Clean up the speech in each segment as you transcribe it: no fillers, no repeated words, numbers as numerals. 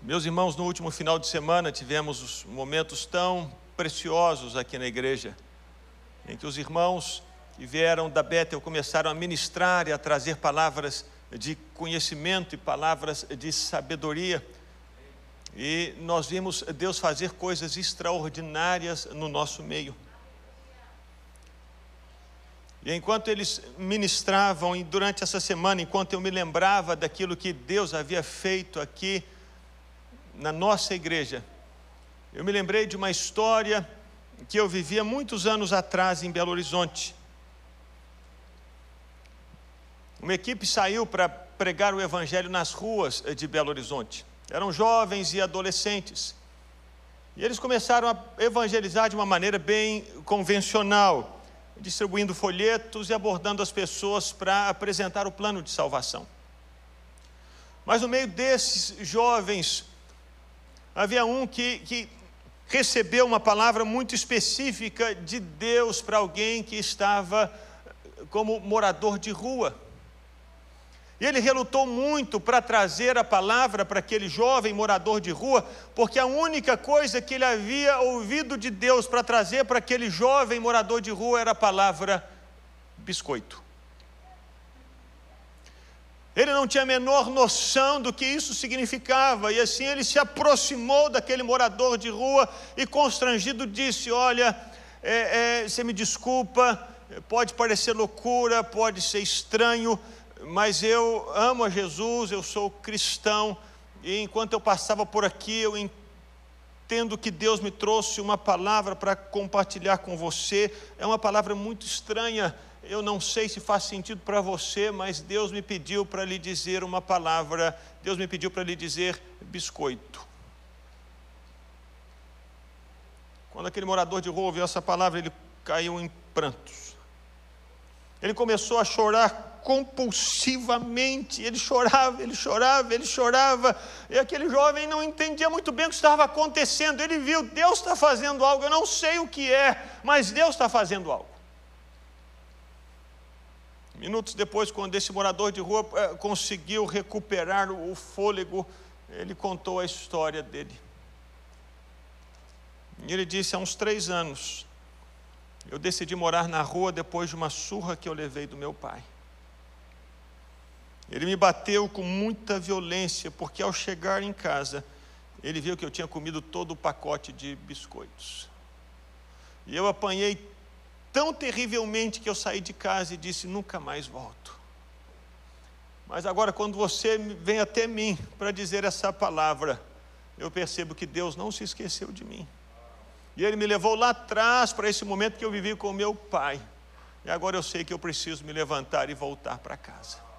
Meus irmãos, no último final de semana tivemos momentos tão preciosos aqui na igreja, em que os irmãos que vieram da Bethel começaram a ministrar e a trazer palavras de conhecimento e palavras de sabedoria. E nós vimos Deus fazer coisas extraordinárias no nosso meio. E enquanto eles ministravam, e durante essa semana, enquanto eu me lembrava daquilo que Deus havia feito aqui na nossa igreja, eu me lembrei de uma história que eu vivia muitos anos atrás em Belo Horizonte. Uma equipe saiu para pregar o evangelho nas ruas de Belo Horizonte. Eram jovens e adolescentes. E eles começaram a evangelizar de uma maneira bem convencional, distribuindo folhetos e abordando as pessoas para apresentar o plano de salvação. Mas no meio desses jovens, havia um que recebeu uma palavra muito específica de Deus para alguém que estava como morador de rua. E ele relutou muito para trazer a palavra para aquele jovem morador de rua, porque a única coisa que ele havia ouvido de Deus para trazer para aquele jovem morador de rua era a palavra biscoito. Ele não tinha a menor noção do que isso significava, e assim ele se aproximou daquele morador de rua e constrangido disse: olha, você me desculpa, pode parecer loucura, pode ser estranho, mas eu amo a Jesus, eu sou cristão, e enquanto eu passava por aqui, eu entendo que Deus me trouxe uma palavra para compartilhar com você. É uma palavra muito estranha, eu não sei se faz sentido para você, mas Deus me pediu para lhe dizer uma palavra, Deus me pediu para lhe dizer biscoito. Quando aquele morador de rua ouviu essa palavra, ele caiu em prantos. Ele começou a chorar compulsivamente, ele chorava, e aquele jovem não entendia muito bem o que estava acontecendo. Ele viu, Deus está fazendo algo, eu não sei o que é, mas Deus está fazendo algo. Minutos depois, quando esse morador de rua conseguiu recuperar o fôlego, ele contou a história dele. E ele disse: há uns 3 anos, eu decidi morar na rua depois de uma surra que eu levei do meu pai. Ele me bateu com muita violência, porque ao chegar em casa, ele viu que eu tinha comido todo o pacote de biscoitos. E eu apanhei tão terrivelmente que eu saí de casa e disse: nunca mais volto. Mas agora, quando você vem até mim para dizer essa palavra, eu percebo que Deus não se esqueceu de mim. E Ele me levou lá atrás para esse momento que eu vivi com meu pai. E agora eu sei que eu preciso me levantar e voltar para casa.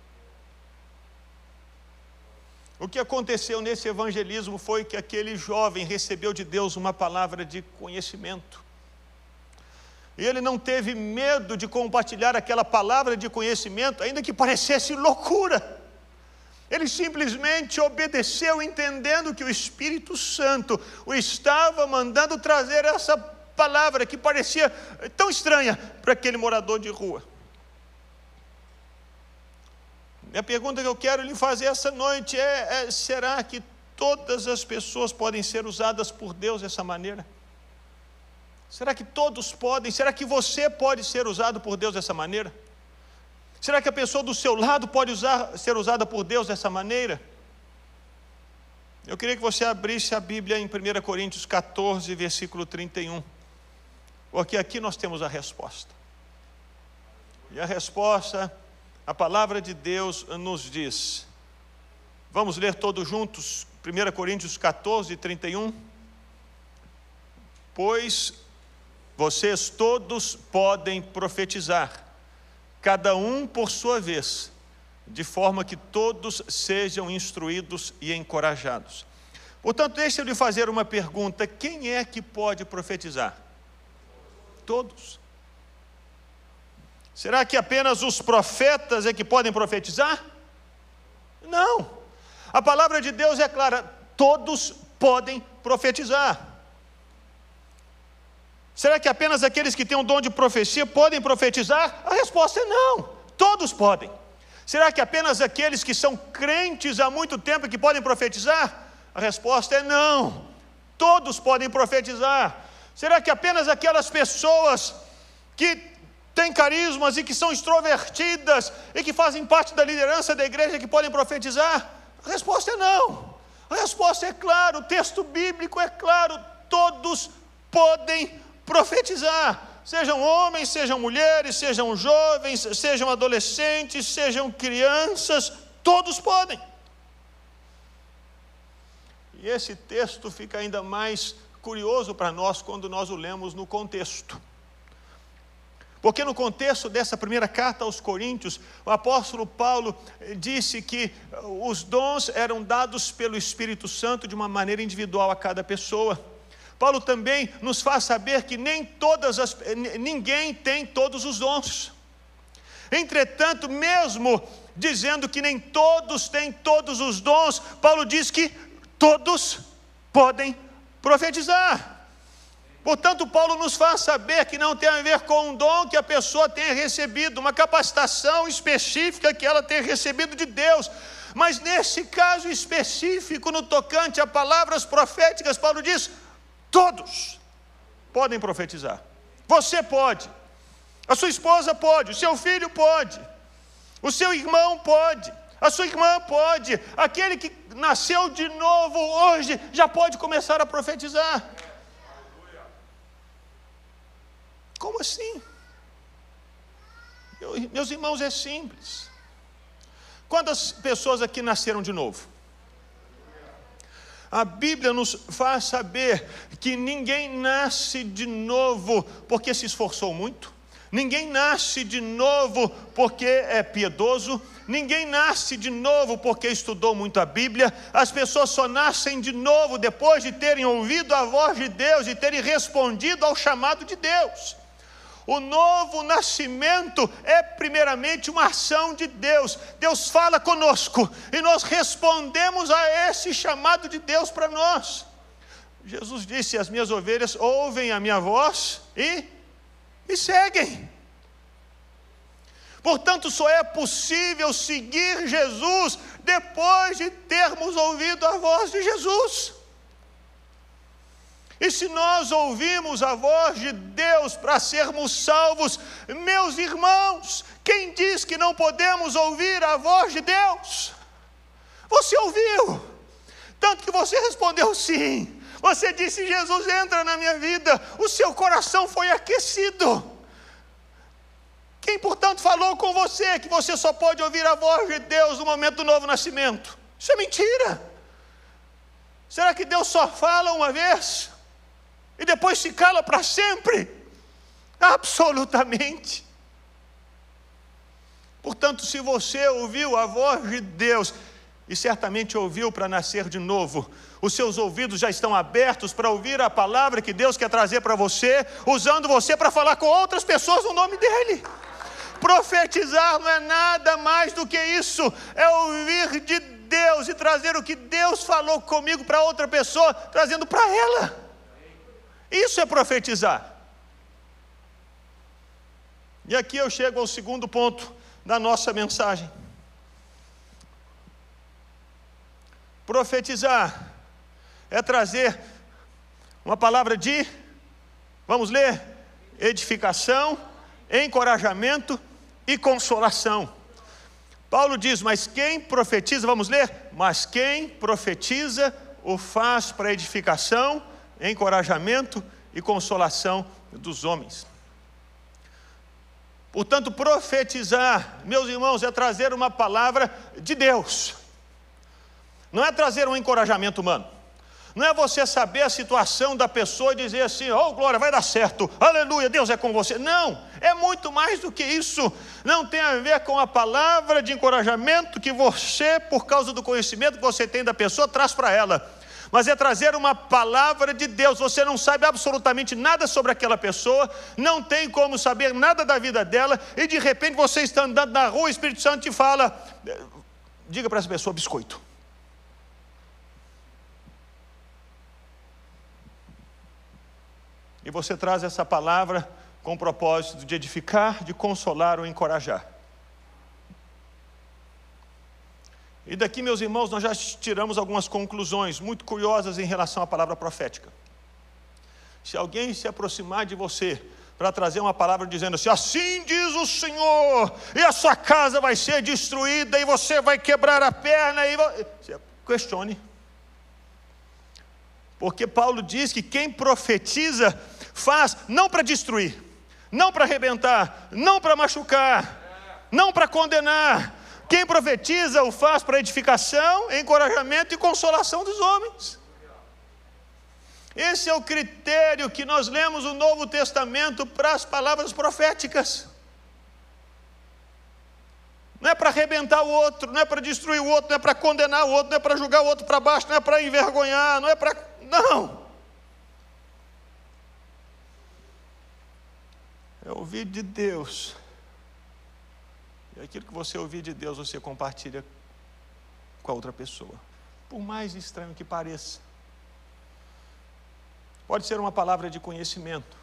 O que aconteceu nesse evangelismo foi que aquele jovem recebeu de Deus uma palavra de conhecimento. E ele não teve medo de compartilhar aquela palavra de conhecimento, ainda que parecesse loucura. Ele simplesmente obedeceu, entendendo que o Espírito Santo o estava mandando trazer essa palavra que parecia tão estranha para aquele morador de rua. E a pergunta que eu quero lhe fazer essa noite é: será que todas as pessoas podem ser usadas por Deus dessa maneira? Será que todos podem? Será que você pode ser usado por Deus dessa maneira? Será que a pessoa do seu lado pode ser usada por Deus dessa maneira? Eu queria que você abrisse a Bíblia em 1 Coríntios 14, versículo 31. Porque aqui nós temos a resposta. E a resposta, a palavra de Deus nos diz. Vamos ler todos juntos, 1 Coríntios 14, 31. Pois vocês todos podem profetizar, cada um por sua vez, de forma que todos sejam instruídos e encorajados. Portanto, deixa eu lhe fazer uma pergunta: quem é que pode profetizar? Todos. Será que apenas os profetas é que podem profetizar? Não. A palavra de Deus é clara: todos podem profetizar. Será que apenas aqueles que têm o dom de profecia podem profetizar? A resposta é não, todos podem. Será que apenas aqueles que são crentes há muito tempo que podem profetizar? A resposta é não. Todos podem profetizar. Será que apenas aquelas pessoas que têm carismas e que são extrovertidas e que fazem parte da liderança da igreja que podem profetizar? A resposta é não. A resposta é clara, o texto bíblico é claro, todos podem profetizar. Sejam homens, sejam mulheres, sejam jovens, sejam adolescentes, sejam crianças, todos podem. E esse texto fica ainda mais curioso para nós quando nós o lemos no contexto. Porque no contexto dessa primeira carta aos Coríntios, o apóstolo Paulo disse que os dons eram dados pelo Espírito Santo de uma maneira individual a cada pessoa. Paulo também nos faz saber que ninguém tem todos os dons. Entretanto, mesmo dizendo que nem todos têm todos os dons, Paulo diz que todos podem profetizar. Portanto, Paulo nos faz saber que não tem a ver com um dom que a pessoa tenha recebido, uma capacitação específica que ela tenha recebido de Deus. Mas nesse caso específico, no tocante a palavras proféticas, Paulo diz: todos podem profetizar. Você pode, a sua esposa pode, o seu filho pode, o seu irmão pode, a sua irmã pode, aquele que nasceu de novo hoje já pode começar a profetizar. Como assim? Meus irmãos, é simples. Quantas pessoas aqui nasceram de novo? A Bíblia nos faz saber que ninguém nasce de novo porque se esforçou muito, ninguém nasce de novo porque é piedoso, ninguém nasce de novo porque estudou muito a Bíblia. As pessoas só nascem de novo depois de terem ouvido a voz de Deus e terem respondido ao chamado de Deus. O novo nascimento é primeiramente uma ação de Deus. Deus fala conosco e nós respondemos a esse chamado de Deus para nós. Jesus disse: as minhas ovelhas ouvem a minha voz e me seguem. Portanto, só é possível seguir Jesus depois de termos ouvido a voz de Jesus. E se nós ouvimos a voz de Deus para sermos salvos, meus irmãos, quem diz que não podemos ouvir a voz de Deus? Você ouviu, tanto que você respondeu sim. Você disse: Jesus, entra na minha vida. O seu coração foi aquecido. Quem, portanto, falou com você que você só pode ouvir a voz de Deus no momento do novo nascimento? Isso é mentira. Será que Deus só fala uma vez e depois se cala para sempre? Absolutamente. Portanto, se você ouviu a voz de Deus, e certamente ouviu para nascer de novo, os seus ouvidos já estão abertos para ouvir a palavra que Deus quer trazer para você, usando você para falar com outras pessoas no nome dEle. Profetizar não é nada mais do que isso, é ouvir de Deus e trazer o que Deus falou comigo para outra pessoa, trazendo para ela. Isso é profetizar. E aqui eu chego ao segundo ponto da nossa mensagem. Profetizar é trazer uma palavra de, vamos ler, edificação, encorajamento e consolação. Paulo diz: mas quem profetiza, vamos ler, mas quem profetiza o faz para edificação, encorajamento e consolação dos homens. Portanto, profetizar, meus irmãos, é trazer uma palavra de Deus. Não é trazer um encorajamento humano. Não é você saber a situação da pessoa e dizer assim: oh glória, vai dar certo, aleluia, Deus é com você. Não, é muito mais do que isso. Não tem a ver com a palavra de encorajamento que você, por causa do conhecimento que você tem da pessoa, traz para ela. Mas é trazer uma palavra de Deus. Você não sabe absolutamente nada sobre aquela pessoa, não tem como saber nada da vida dela, e de repente você está andando na rua, o Espírito Santo te fala: diga para essa pessoa biscoito. E você traz essa palavra com o propósito de edificar, de consolar ou encorajar. E daqui, meus irmãos, nós já tiramos algumas conclusões muito curiosas em relação à palavra profética. Se alguém se aproximar de você para trazer uma palavra dizendo assim: assim diz o Senhor, e a sua casa vai ser destruída, e você vai quebrar a perna, e você questione. Porque Paulo diz que quem profetiza faz não para destruir, não para arrebentar, não para machucar, não para condenar. Quem profetiza o faz para edificação, encorajamento e consolação dos homens. Esse é o critério que nós lemos o Novo Testamento para as palavras proféticas. Não é para arrebentar o outro, não é para destruir o outro, não é para condenar o outro, não é para julgar o outro para baixo, não é para envergonhar, não é para... Não! É ouvir de Deus. E aquilo que você ouvir de Deus, você compartilha com a outra pessoa. Por mais estranho que pareça. Pode ser uma palavra de conhecimento.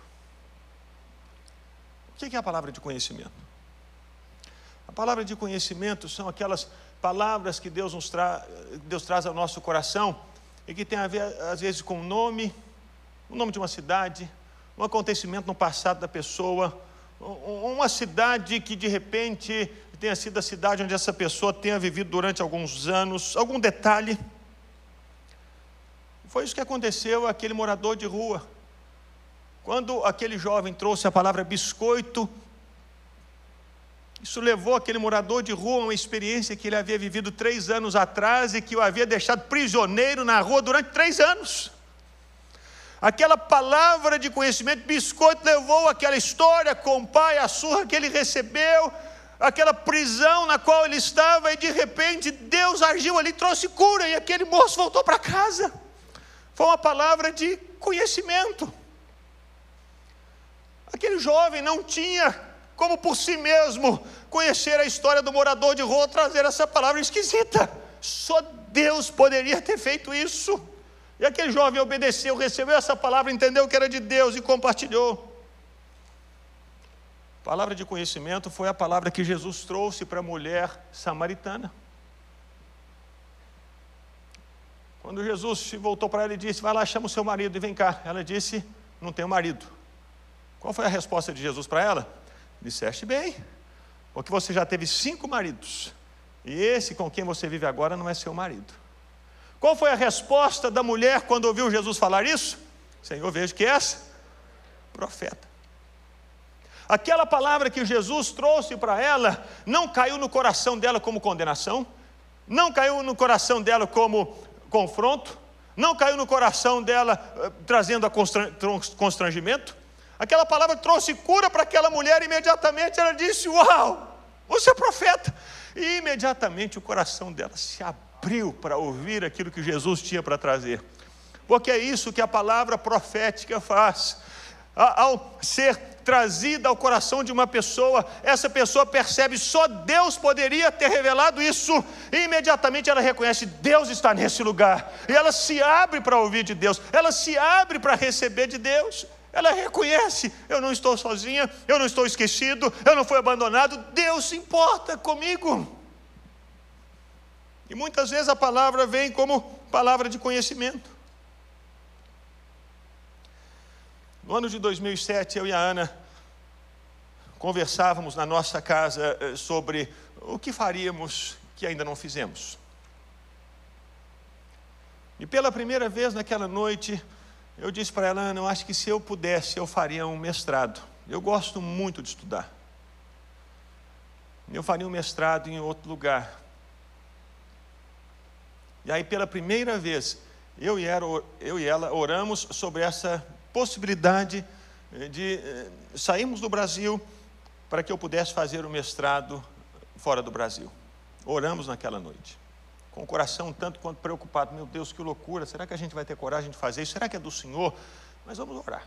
O que é a palavra de conhecimento? A palavra de conhecimento são aquelas palavras que Deus traz ao nosso coração e que tem a ver, às vezes, com o nome de uma cidade, um acontecimento no passado da pessoa, uma cidade que de repente tenha sido a cidade onde essa pessoa tenha vivido durante alguns anos, algum detalhe. Foi isso que aconteceu àquele morador de rua. Quando aquele jovem trouxe a palavra biscoito, isso levou aquele morador de rua a uma experiência que ele havia vivido 3 anos atrás e que o havia deixado prisioneiro na rua durante 3 anos. Aquela palavra de conhecimento, biscoito, levou aquela história com o pai, a surra que ele recebeu, aquela prisão na qual ele estava, e de repente Deus agiu ali, trouxe cura, e aquele moço voltou para casa. Foi uma palavra de conhecimento. Aquele jovem não tinha como por si mesmo conhecer a história do morador de rua, trazer essa palavra esquisita. Só Deus poderia ter feito isso. E aquele jovem obedeceu, recebeu essa palavra, entendeu que era de Deus e compartilhou. Palavra de conhecimento foi a palavra que Jesus trouxe para a mulher samaritana. Quando Jesus voltou para ela e disse: vai lá, chama o seu marido e vem cá. Ela disse: não tenho marido. Qual foi a resposta de Jesus para ela? Disseste bem, porque você já teve 5 maridos, e esse com quem você vive agora não é seu marido. Qual foi a resposta da mulher quando ouviu Jesus falar isso? Senhor, vejo que és profeta. Aquela palavra que Jesus trouxe para ela não caiu no coração dela como condenação, não caiu no coração dela como confronto, não caiu no coração dela trazendo constrangimento. Aquela palavra trouxe cura para aquela mulher. Imediatamente ela disse: uau, você é profeta. E imediatamente o coração dela se abriu para ouvir aquilo que Jesus tinha para trazer. Porque é isso que a palavra profética faz. Ao ser trazida ao coração de uma pessoa, essa pessoa percebe: só Deus poderia ter revelado isso. E imediatamente ela reconhece: Deus está nesse lugar. E ela se abre para ouvir de Deus, ela se abre para receber de Deus. Ela reconhece: eu não estou sozinha, eu não estou esquecido, eu não fui abandonado, Deus se importa comigo. E muitas vezes a palavra vem como palavra de conhecimento. No ano de 2007, eu e a Ana conversávamos na nossa casa sobre o que faríamos que ainda não fizemos. E pela primeira vez naquela noite, eu disse para ela: Ana, eu acho que se eu pudesse, eu faria um mestrado. Eu gosto muito de estudar. Eu faria um mestrado em outro lugar. E aí, pela primeira vez, eu e ela oramos sobre essa possibilidade de sairmos do Brasil para que eu pudesse fazer o mestrado fora do Brasil. Oramos naquela noite, com o coração tanto quanto preocupado. Meu Deus, que loucura, será que a gente vai ter coragem de fazer isso? Será que é do Senhor? Mas vamos orar.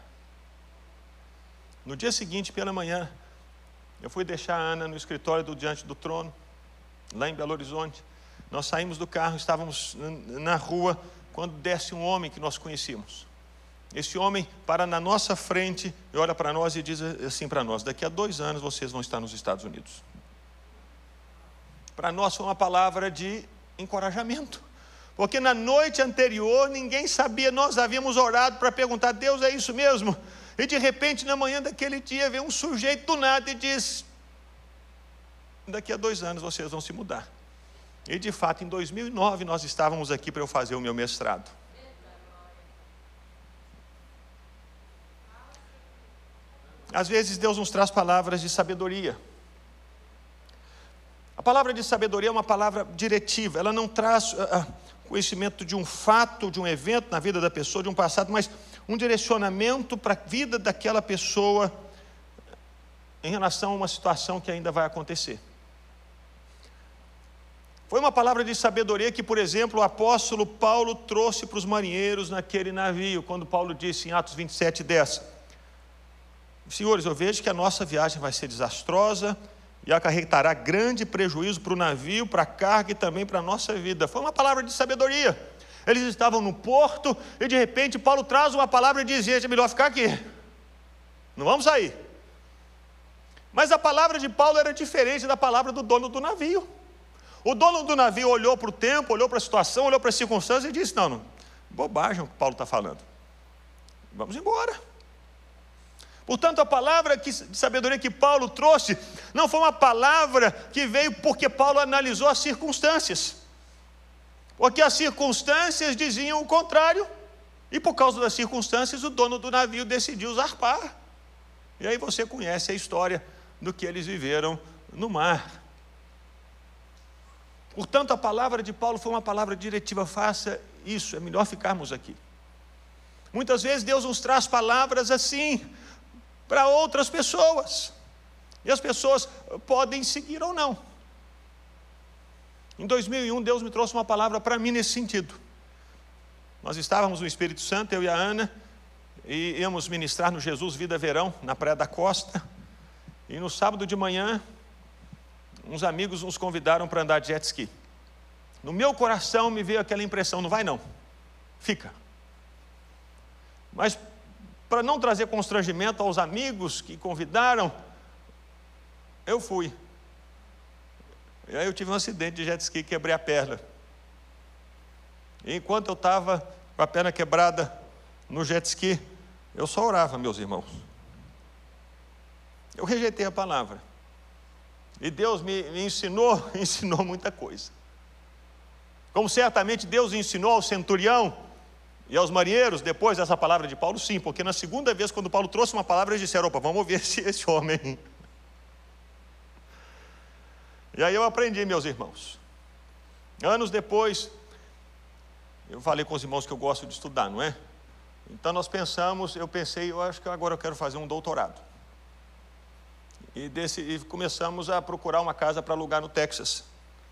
No dia seguinte, pela manhã, eu fui deixar a Ana no escritório do Diante do Trono, lá em Belo Horizonte. Nós saímos do carro, estávamos na rua, quando desce um homem que nós conhecíamos. Esse homem para na nossa frente e olha para nós e diz assim para nós: daqui a 2 anos vocês vão estar nos Estados Unidos. Para nós foi uma palavra de encorajamento. Porque na noite anterior ninguém sabia, nós havíamos orado para perguntar: Deus, é isso mesmo? E de repente na manhã daquele dia vem um sujeito do nada e diz: daqui a 2 anos vocês vão se mudar. E de fato em 2009 nós estávamos aqui para eu fazer o meu mestrado. Às vezes Deus nos traz palavras de sabedoria. A palavra de sabedoria é uma palavra diretiva. Ela não traz conhecimento de um fato, de um evento na vida da pessoa, de um passado, mas um direcionamento para a vida daquela pessoa em relação a uma situação que ainda vai acontecer. Foi uma palavra de sabedoria que, por exemplo, o apóstolo Paulo trouxe para os marinheiros naquele navio, quando Paulo disse em Atos 27:10: Senhores, eu vejo que a nossa viagem vai ser desastrosa e acarretará grande prejuízo para o navio, para a carga e também para a nossa vida. Foi uma palavra de sabedoria. Eles estavam no porto e de repente Paulo traz uma palavra e diz: é melhor ficar aqui, não vamos sair. Mas a palavra de Paulo era diferente da palavra do dono do navio. O dono do navio olhou para o tempo, olhou para a situação, olhou para as circunstâncias e disse: não, bobagem o que Paulo está falando, vamos embora. Portanto, a palavra de sabedoria que Paulo trouxe não foi uma palavra que veio porque Paulo analisou as circunstâncias, porque as circunstâncias diziam o contrário, e por causa das circunstâncias o dono do navio decidiu zarpar. E aí você conhece a história do que eles viveram no mar. Portanto, a palavra de Paulo foi uma palavra diretiva: faça isso, é melhor ficarmos aqui. Muitas vezes Deus nos traz palavras assim para outras pessoas, e as pessoas podem seguir ou não. Em 2001 Deus me trouxe uma palavra para mim nesse sentido. Nós estávamos no Espírito Santo, eu e a Ana, e íamos ministrar no Jesus Vida Verão, na Praia da Costa, e no sábado de manhã uns amigos nos convidaram para andar de jet ski. No meu coração me veio aquela impressão: não vai não, fica. Mas para não trazer constrangimento aos amigos que convidaram, eu fui. E aí eu tive um acidente de jet ski, quebrei a perna. E enquanto eu estava com a perna quebrada no jet ski, eu só orava, meus irmãos. Eu rejeitei a palavra. E Deus me ensinou muita coisa. Como certamente Deus ensinou ao centurião e aos marinheiros, depois dessa palavra de Paulo, sim, porque na segunda vez, quando Paulo trouxe uma palavra, eles disseram: opa, vamos ouvir esse homem. E aí eu aprendi, meus irmãos. Anos depois, eu falei com os irmãos que eu gosto de estudar, não é? Então eu acho que agora eu quero fazer um doutorado. E começamos a procurar uma casa para alugar no Texas.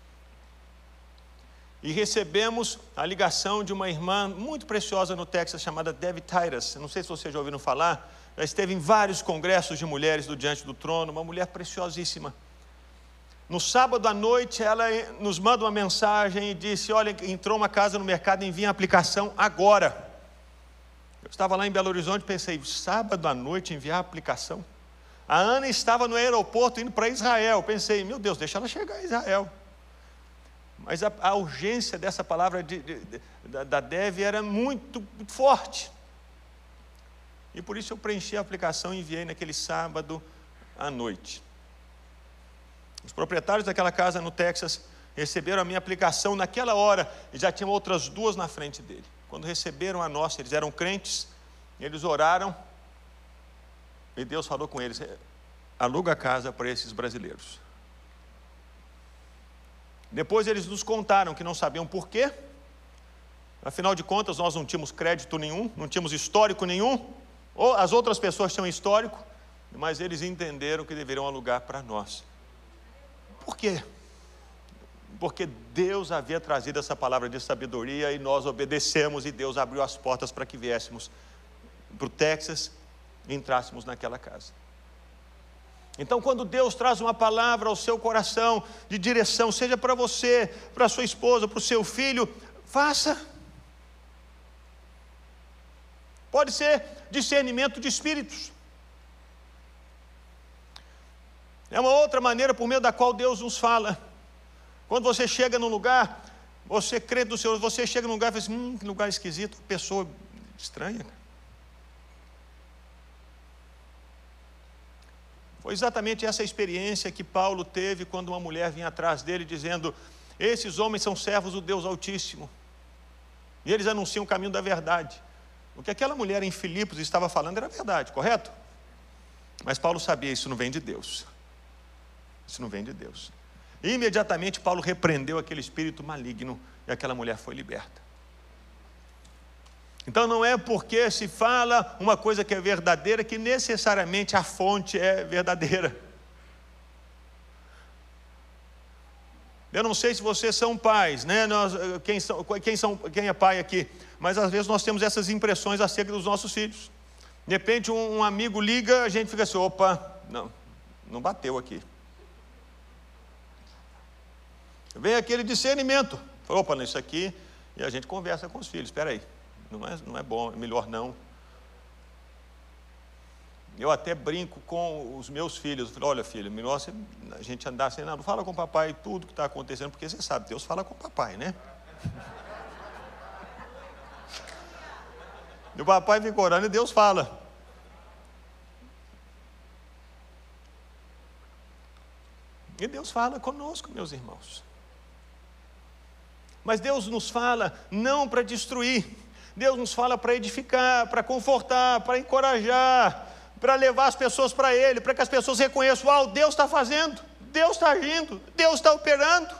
E recebemos a ligação de uma irmã muito preciosa no Texas, chamada Debbie Titus. Não sei se vocês já ouviram falar, já esteve em vários congressos de mulheres do Diante do Trono, uma mulher preciosíssima. No sábado à noite, ela nos manda uma mensagem e disse: olha, entrou uma casa no mercado, envia a aplicação agora. Eu estava lá em Belo Horizonte e pensei: sábado à noite enviar a aplicação? A Ana estava no aeroporto indo para Israel. Pensei: meu Deus, deixa ela chegar a Israel. Mas a urgência dessa palavra da Dev era muito forte. E por isso eu preenchi a aplicação e enviei naquele sábado à noite. Os proprietários daquela casa no Texas receberam a minha aplicação naquela hora e já tinham outras 2 na frente dele. Quando receberam a nossa, eles eram crentes, eles oraram e Deus falou com eles: aluga a casa para esses brasileiros. Depois eles nos contaram que não sabiam por quê. Afinal de contas, nós não tínhamos crédito nenhum, não tínhamos histórico nenhum. Ou as outras pessoas tinham histórico, mas eles entenderam que deveriam alugar para nós. Por quê? Porque Deus havia trazido essa palavra de sabedoria e nós obedecemos, e Deus abriu as portas para que viéssemos para o Texas e entrássemos naquela casa. Então, quando Deus traz uma palavra ao seu coração de direção, seja para você, para a sua esposa, para o seu filho, faça. Pode ser discernimento de espíritos. É uma outra maneira por meio da qual Deus nos fala. Quando você chega num lugar Você crê do Senhor, você chega num lugar e fala assim, que lugar esquisito, pessoa estranha. Foi exatamente essa experiência que Paulo teve quando uma mulher vinha atrás dele dizendo, esses homens são servos do Deus Altíssimo. E eles anunciam o caminho da verdade. O que aquela mulher em Filipos estava falando era verdade, correto? Mas Paulo sabia, isso não vem de Deus. Isso não vem de Deus. E imediatamente Paulo repreendeu aquele espírito maligno e aquela mulher foi liberta. Então não é porque se fala uma coisa que é verdadeira que necessariamente a fonte é verdadeira. Eu não sei se vocês são pais, né? Quem é pai aqui? Mas às vezes nós temos essas impressões acerca dos nossos filhos. De repente um amigo liga, a gente fica assim, opa, não bateu aqui. Vem aquele discernimento. Opa, isso aqui, e a gente conversa com os filhos, espera aí, não é bom, é melhor não. Eu até brinco com os meus filhos, eu falo, olha filho, melhor a gente andar assim, não fala com o papai tudo que está acontecendo, porque você sabe, Deus fala com o papai, né? E o papai fica orando e Deus fala. E Deus fala conosco, meus irmãos. Mas Deus nos fala não para destruir, Deus nos fala para edificar, para confortar, para encorajar, para levar as pessoas para Ele, para que as pessoas reconheçam, Deus está fazendo, Deus está agindo, Deus está operando.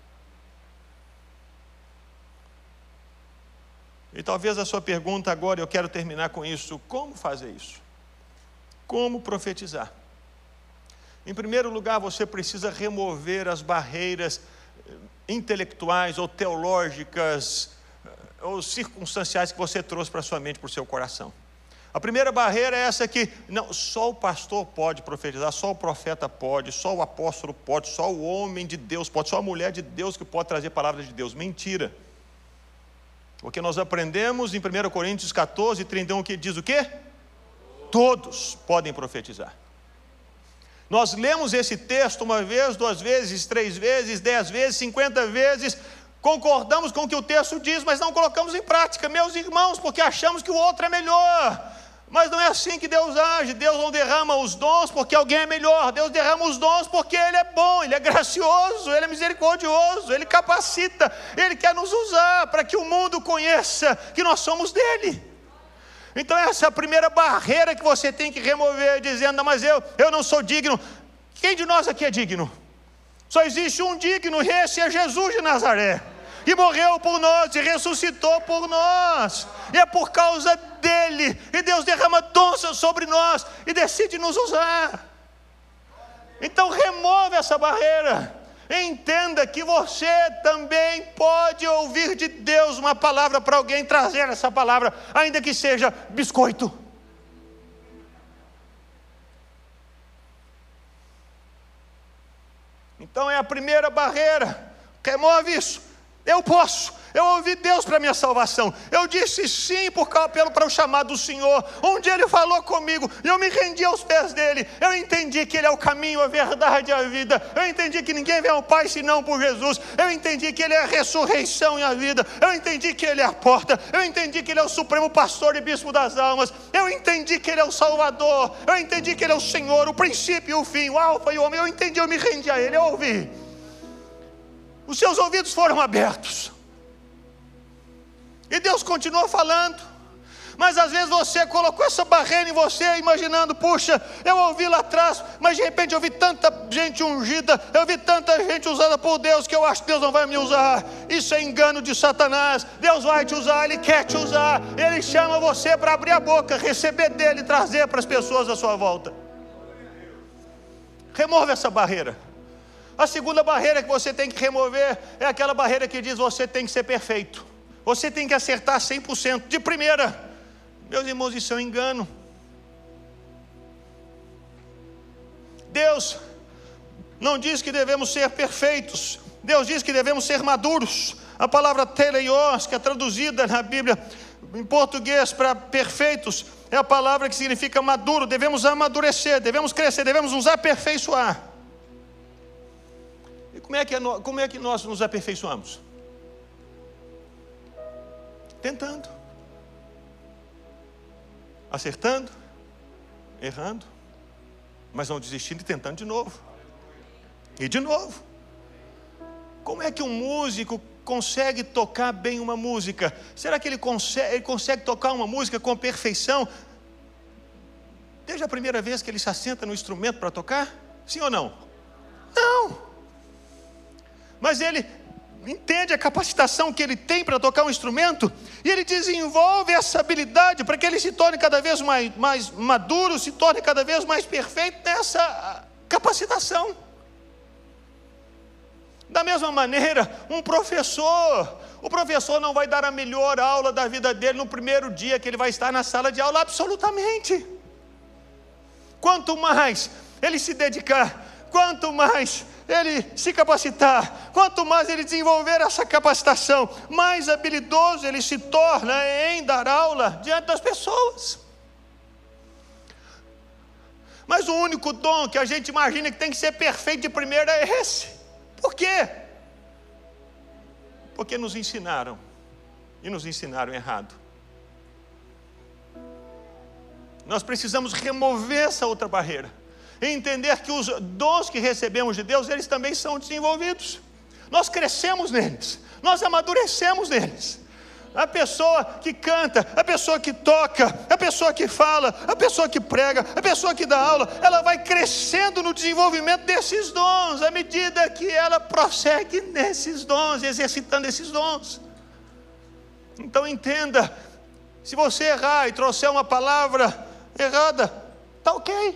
E talvez a sua pergunta agora, eu quero terminar com isso, como fazer isso? Como profetizar? Em primeiro lugar, você precisa remover as barreiras intelectuais ou teológicas ou circunstanciais que você trouxe para a sua mente, para o seu coração. A primeira barreira é essa que, não, só o pastor pode profetizar, só o profeta pode, só o apóstolo pode, só o homem de Deus pode, só a mulher de Deus que pode trazer palavras de Deus. Mentira. Porque nós aprendemos em 1 Coríntios 14, 31, que diz o quê? Todos podem profetizar. Nós lemos esse texto uma vez, 2 vezes, 3 vezes, 10 vezes, 50 vezes, concordamos com o que o texto diz, mas não colocamos em prática, meus irmãos, porque achamos que o outro é melhor. Mas não é assim que Deus age. Deus não derrama os dons porque alguém é melhor. Deus derrama os dons porque Ele é bom, Ele é gracioso, Ele é misericordioso, Ele capacita, Ele quer nos usar para que o mundo conheça que nós somos dEle. Então essa é a primeira barreira que você tem que remover, dizendo, mas eu não sou digno. Quem de nós aqui é digno? Só existe um digno, e esse é Jesus de Nazaré, e morreu por nós, e ressuscitou por nós, e é por causa dele, e Deus derrama dons sobre nós, e decide nos usar. Então remove essa barreira. Entenda que você também pode ouvir de Deus uma palavra para alguém, trazer essa palavra, ainda que seja biscoito. Então é a primeira barreira. Remove isso. Eu posso. Eu ouvi Deus para a minha salvação. Eu disse sim para o chamado do Senhor. Um dia Ele falou comigo e eu me rendi aos pés dEle. Eu entendi que Ele é o caminho, a verdade e a vida. Eu entendi que ninguém vem ao Pai senão por Jesus. Eu entendi que Ele é a ressurreição e a vida. Eu entendi que Ele é a porta. Eu entendi que Ele é o supremo pastor e bispo das almas. Eu entendi que Ele é o Salvador. Eu entendi que Ele é o Senhor, o princípio e o fim, o alfa e o ômega. Eu entendi, eu me rendi a Ele, eu ouvi. Os seus ouvidos foram abertos. E Deus continua falando. Mas às vezes você colocou essa barreira em você, imaginando, puxa, eu ouvi lá atrás, mas de repente eu vi tanta gente ungida, eu vi tanta gente usada por Deus, que eu acho que Deus não vai me usar. Isso é engano de Satanás. Deus vai te usar, Ele quer te usar. Ele chama você para abrir a boca, receber dEle e trazer para as pessoas à sua volta. Remove essa barreira. A segunda barreira que você tem que remover é aquela barreira que diz, você tem que ser perfeito. Você tem que acertar 100% de primeira. Meus irmãos, isso é um engano. Deus não diz que devemos ser perfeitos. Deus diz que devemos ser maduros. A palavra teleios, que é traduzida na Bíblia em português para perfeitos, é a palavra que significa maduro. Devemos amadurecer, devemos crescer, devemos nos aperfeiçoar. E como é que nós nos aperfeiçoamos? tentando, acertando, errando, mas não desistindo e tentando de novo. E de novo. Como é que um músico consegue tocar bem uma música? Será que ele consegue tocar uma música com perfeição desde a primeira vez que ele se assenta no instrumento para tocar? Sim ou não? Não. Mas ele entende a capacitação que ele tem para tocar um instrumento, e ele desenvolve essa habilidade para que ele se torne cada vez mais maduro, se torne cada vez mais perfeito nessa capacitação. Da mesma maneira, o professor não vai dar a melhor aula da vida dele no primeiro dia que ele vai estar na sala de aula, absolutamente. Quanto mais ele se dedicar, quanto mais ele se capacitar, quanto mais ele desenvolver essa capacitação, mais habilidoso ele se torna em dar aula diante das pessoas. Mas o único dom que a gente imagina que tem que ser perfeito de primeira é esse. Por quê? Porque nos ensinaram, e nos ensinaram errado. Nós precisamos remover essa outra barreira, e entender que os dons que recebemos de Deus, eles também são desenvolvidos. Nós crescemos neles, nós amadurecemos neles. A pessoa que canta, a pessoa que toca, a pessoa que fala, a pessoa que prega, a pessoa que dá aula, ela vai crescendo no desenvolvimento desses dons, à medida que ela prossegue nesses dons, exercitando esses dons. Então entenda, se você errar e trouxer uma palavra errada, está ok.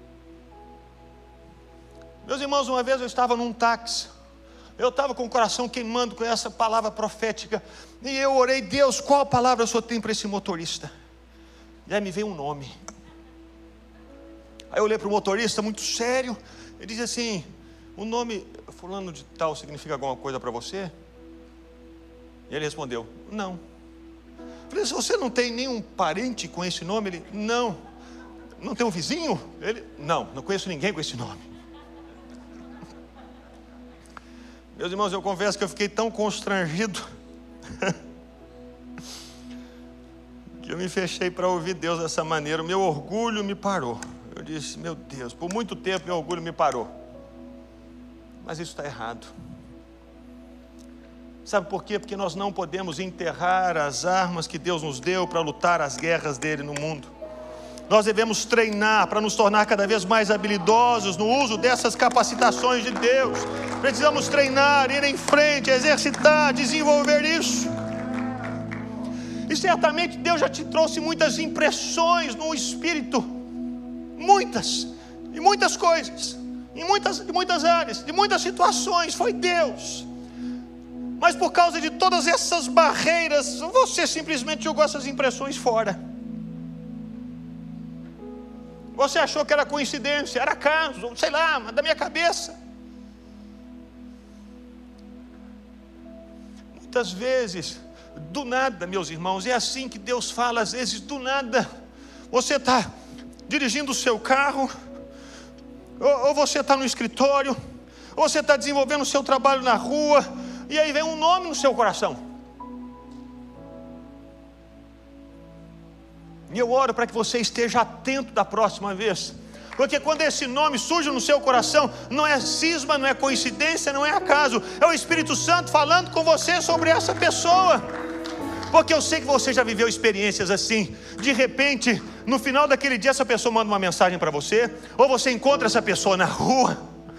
Meus irmãos, uma vez eu estava num táxi, eu estava com o coração queimando com essa palavra profética, e eu orei: Deus, qual palavra o Senhor tem para esse motorista? E aí me veio um nome. Aí eu olhei para o motorista muito sério, ele disse assim: o nome fulano de tal significa alguma coisa para você? E ele respondeu: não. Eu falei: você não tem nenhum parente com esse nome? Ele: não. Não tem um vizinho? Ele: não conheço ninguém com esse nome. Meus irmãos, eu confesso que eu fiquei tão constrangido que eu me fechei para ouvir Deus dessa maneira. O meu orgulho me parou. Eu disse: meu Deus, por muito tempo meu orgulho me parou. Mas isso está errado. Sabe por quê? Porque nós não podemos enterrar as armas que Deus nos deu para lutar as guerras dele no mundo. Nós devemos treinar para nos tornar cada vez mais habilidosos no uso dessas capacitações de Deus. Precisamos treinar, ir em frente, exercitar, desenvolver isso. E certamente Deus já te trouxe muitas impressões no Espírito, e muitas coisas, de muitas áreas, de muitas situações, foi Deus. Mas por causa de todas essas barreiras, você simplesmente jogou essas impressões fora. Você achou que era coincidência, era acaso, sei lá, da minha cabeça. Muitas vezes, do nada, meus irmãos, é assim que Deus fala, às vezes do nada. Você está dirigindo o seu carro, ou você está no escritório, ou você está desenvolvendo o seu trabalho na rua, e aí vem um nome no seu coração. E eu oro para que você esteja atento da próxima vez, porque quando esse nome surge no seu coração, não é cisma, não é coincidência, não é acaso, é o Espírito Santo falando com você sobre essa pessoa. Porque eu sei que você já viveu experiências assim. De repente, no final daquele dia, essa pessoa manda uma mensagem para você, ou você encontra essa pessoa na rua,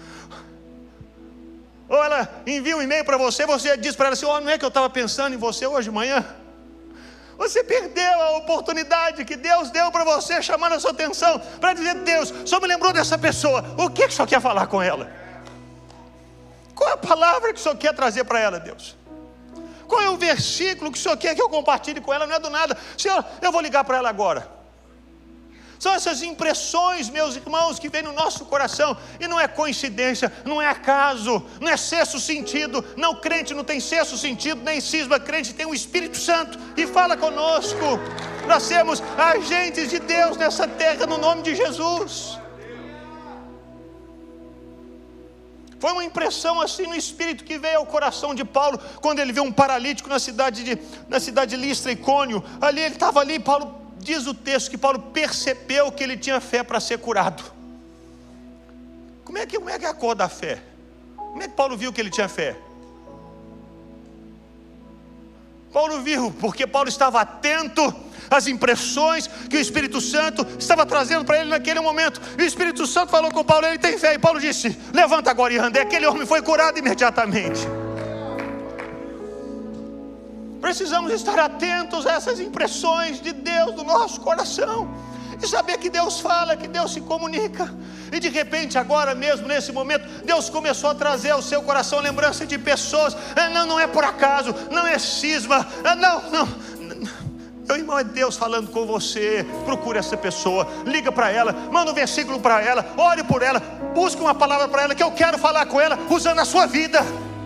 ou ela envia um e-mail para você, você diz para ela assim: oh, não é que eu estava pensando em você hoje de manhã? Você perdeu a oportunidade que Deus deu para você, chamando a sua atenção, para dizer: Deus, só me lembrou dessa pessoa, o que o Senhor quer falar com ela? Qual é a palavra que o Senhor quer trazer para ela, Deus? Qual é o versículo que o Senhor quer que eu compartilhe com ela? Não é do nada: Senhor, eu vou ligar para ela agora. São essas impressões, meus irmãos, que vêm no nosso coração, e não é coincidência, não é acaso, não é sexto sentido. Não, crente não tem sexto sentido, nem cisma. Crente tem o Espírito Santo e fala conosco. Nós sermos agentes de Deus nessa terra, no nome de Jesus. Foi uma impressão assim no espírito que veio ao coração de Paulo, quando ele viu um paralítico na cidade de Listra, Icônio. Ali ele estava ali, Paulo, diz o texto que Paulo percebeu que ele tinha fé para ser curado. Como é que é a cor da fé? Como é que Paulo viu que ele tinha fé? Paulo viu, porque Paulo estava atento às impressões que o Espírito Santo estava trazendo para ele naquele momento. E o Espírito Santo falou com Paulo, ele tem fé. E Paulo disse, levanta agora e anda. E aquele homem foi curado imediatamente. Precisamos estar atentos a essas impressões de Deus no nosso coração. E saber que Deus fala, que Deus se comunica. E de repente, agora mesmo, nesse momento, Deus começou a trazer ao seu coração lembrança de pessoas. Não é por acaso, não é cisma. Não. Meu irmão, é Deus falando com você. Procure essa pessoa, liga para ela, manda um versículo para ela, ore por ela, busque uma palavra para ela, que eu quero falar com ela, usando a sua vida.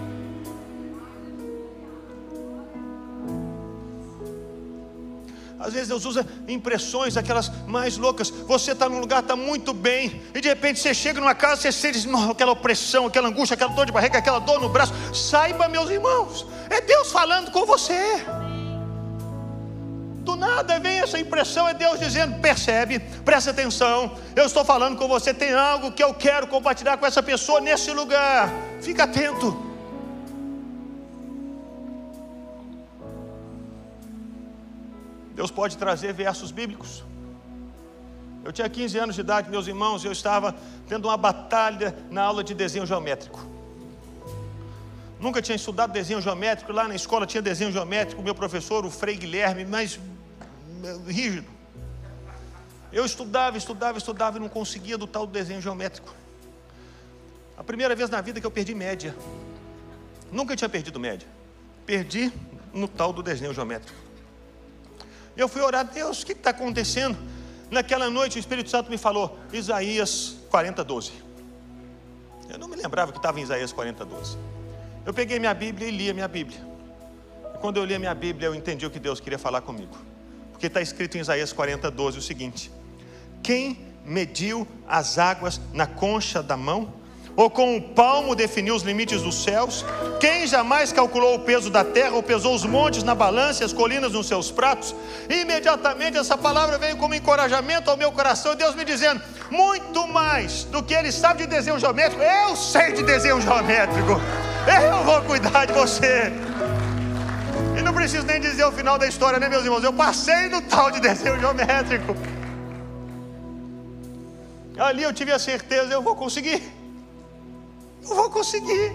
Às vezes Deus usa impressões, aquelas mais loucas. Você está num lugar, está muito bem, e de repente você chega numa casa, você sente aquela opressão, aquela angústia, aquela dor de barriga, aquela dor no braço. Saiba, meus irmãos, é Deus falando com você. Do nada vem essa impressão, é Deus dizendo, percebe, presta atenção, eu estou falando com você, tem algo que eu quero compartilhar com essa pessoa nesse lugar. Fica atento. Deus pode trazer versos bíblicos. Eu tinha 15 anos de idade, meus irmãos, e eu estava tendo uma batalha na aula de desenho geométrico. Nunca tinha estudado desenho geométrico. Lá na escola tinha desenho geométrico. Meu professor, o Frei Guilherme, mais rígido. Eu estudava e não conseguia do tal desenho geométrico. A primeira vez na vida que eu perdi média. Nunca tinha perdido média. Perdi no tal do desenho geométrico. Eu fui orar, Deus, o que está acontecendo? Naquela noite o Espírito Santo me falou, Isaías 40:12. Eu não me lembrava que estava em Isaías 40:12. Eu peguei minha Bíblia e li a minha Bíblia. E quando eu li a minha Bíblia, eu entendi o que Deus queria falar comigo. Porque está escrito em Isaías 40:12 o seguinte: quem mediu as águas na concha da mão? Ou com o palmo definiu os limites dos céus? Quem jamais calculou o peso da terra, ou pesou os montes na balança e as colinas nos seus pratos? E imediatamente essa palavra veio como encorajamento ao meu coração, Deus me dizendo, muito mais do que ele sabe de desenho geométrico, eu sei de desenho geométrico, eu vou cuidar de você. E não preciso nem dizer o final da história, né, meus irmãos? Eu passei no tal de desenho geométrico. Ali eu tive a certeza, eu vou conseguir. Eu vou conseguir.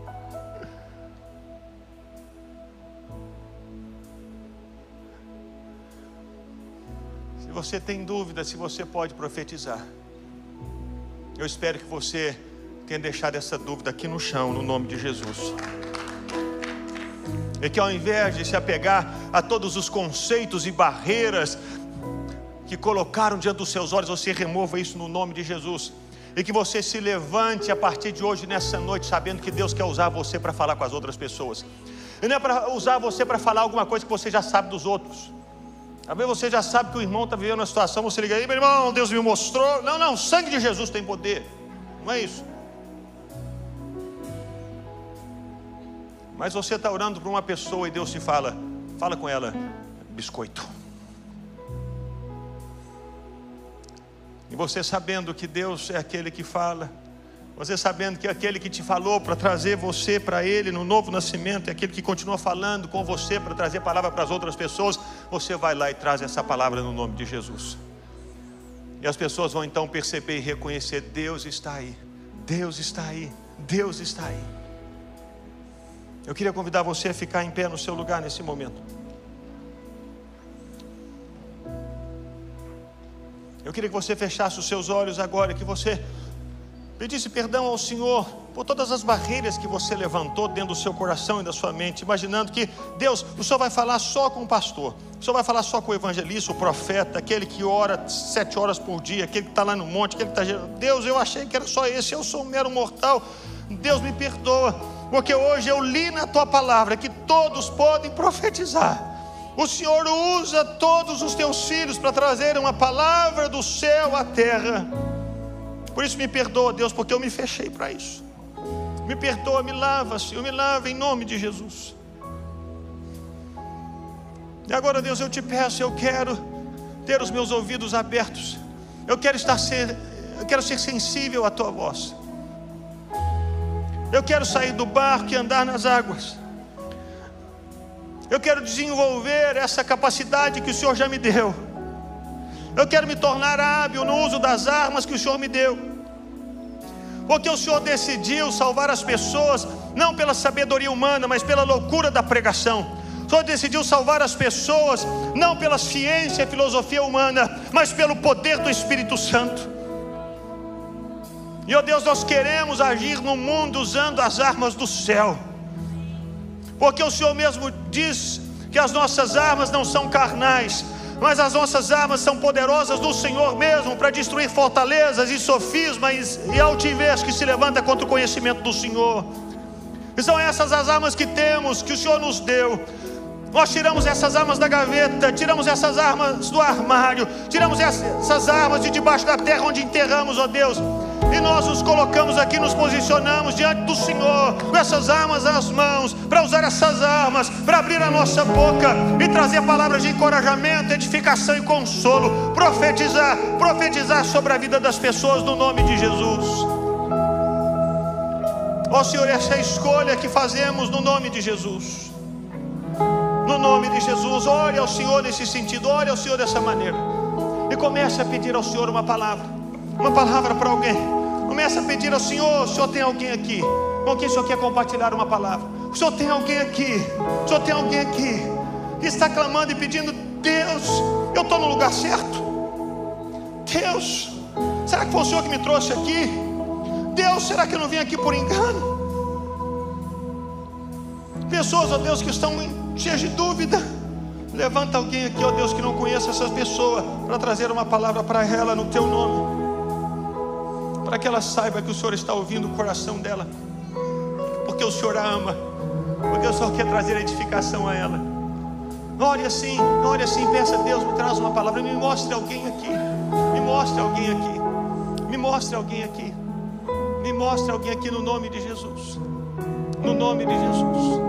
Se você tem dúvida se você pode profetizar, eu espero que você tenha deixado essa dúvida aqui no chão, no nome de Jesus. E que ao invés de se apegar a todos os conceitos e barreiras que colocaram diante dos seus olhos, você remova isso no nome de Jesus. E que você se levante a partir de hoje, nessa noite, sabendo que Deus quer usar você para falar com as outras pessoas. E não é para usar você para falar alguma coisa que você já sabe dos outros. Às vezes você já sabe que o irmão está vivendo uma situação, você liga aí, meu irmão, Deus me mostrou. Não, o sangue de Jesus tem poder. Não é isso. Mas você está orando para uma pessoa e Deus te fala com ela, biscoito. E você sabendo que Deus é aquele que fala, você sabendo que é aquele que te falou para trazer você para Ele no novo nascimento, é aquele que continua falando com você para trazer palavra para as outras pessoas, você vai lá e traz essa palavra no nome de Jesus. E as pessoas vão então perceber e reconhecer, Deus está aí, Deus está aí, Deus está aí. Eu queria convidar você a ficar em pé no seu lugar nesse momento. Eu queria que você fechasse os seus olhos agora, que você pedisse perdão ao Senhor por todas as barreiras que você levantou dentro do seu coração e da sua mente, imaginando que Deus, o Senhor vai falar só com o pastor, o Senhor vai falar só com o evangelista, o profeta, aquele que ora 7 horas por dia, aquele que está lá no monte, aquele que está... Deus, eu achei que era só esse, eu sou um mero mortal, Deus me perdoa, porque hoje eu li na tua palavra que todos podem profetizar. O Senhor usa todos os teus filhos para trazer uma palavra do céu à terra. Por isso me perdoa, Deus, porque eu me fechei para isso. Me perdoa, me lava, Senhor, me lava em nome de Jesus. E agora, Deus, eu te peço, eu quero ter os meus ouvidos abertos. Eu quero ser sensível à tua voz. Eu quero sair do barco e andar nas águas. Eu quero desenvolver essa capacidade que o Senhor já me deu. Eu quero me tornar hábil no uso das armas que o Senhor me deu. Porque o Senhor decidiu salvar as pessoas, não pela sabedoria humana, mas pela loucura da pregação. O Senhor decidiu salvar as pessoas, não pela ciência e filosofia humana, mas pelo poder do Espírito Santo. E, ó Deus, nós queremos agir no mundo usando as armas do céu. Porque o Senhor mesmo diz que as nossas armas não são carnais, mas as nossas armas são poderosas no Senhor mesmo, para destruir fortalezas e sofismas e altivez que se levanta contra o conhecimento do Senhor. E são essas as armas que temos, que o Senhor nos deu. Nós tiramos essas armas da gaveta, tiramos essas armas do armário, tiramos essas armas de debaixo da terra onde enterramos, ó Deus, e nós nos colocamos aqui, nos posicionamos diante do Senhor, com essas armas nas mãos, para usar essas armas, para abrir a nossa boca e trazer palavras de encorajamento, edificação e consolo, profetizar sobre a vida das pessoas no nome de Jesus. Ó Senhor, essa é a escolha que fazemos no nome de Jesus. No nome de Jesus, ore ao Senhor nesse sentido, ore ao Senhor dessa maneira. E comece a pedir ao Senhor uma palavra para alguém. Comece a pedir ao Senhor, o Senhor tem alguém aqui com quem o Senhor quer compartilhar uma palavra. O Senhor tem alguém aqui, o Senhor tem alguém aqui que está clamando e pedindo: Deus, eu estou no lugar certo? Deus, será que foi o Senhor que me trouxe aqui? Deus, será que eu não vim aqui por engano? Pessoas, ó Deus, que estão cheias de dúvida. Levanta alguém aqui, ó Deus, que não conheça essas pessoas, para trazer uma palavra para ela no teu nome, para que ela saiba que o Senhor está ouvindo o coração dela, porque o Senhor a ama, porque o Senhor quer trazer edificação a ela. Ore assim, peça a Deus, me traz uma palavra, me mostre alguém aqui, me mostre alguém aqui, me mostre alguém aqui, me mostre alguém aqui no nome de Jesus, no nome de Jesus.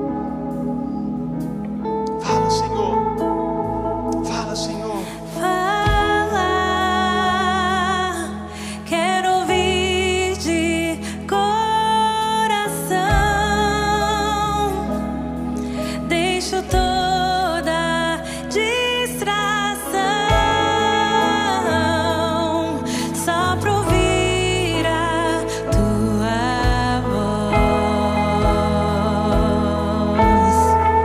Fala, Senhor. Fala, Senhor. Fala, quero ouvir de coração. Deixo toda distração, só pra ouvir a tua voz.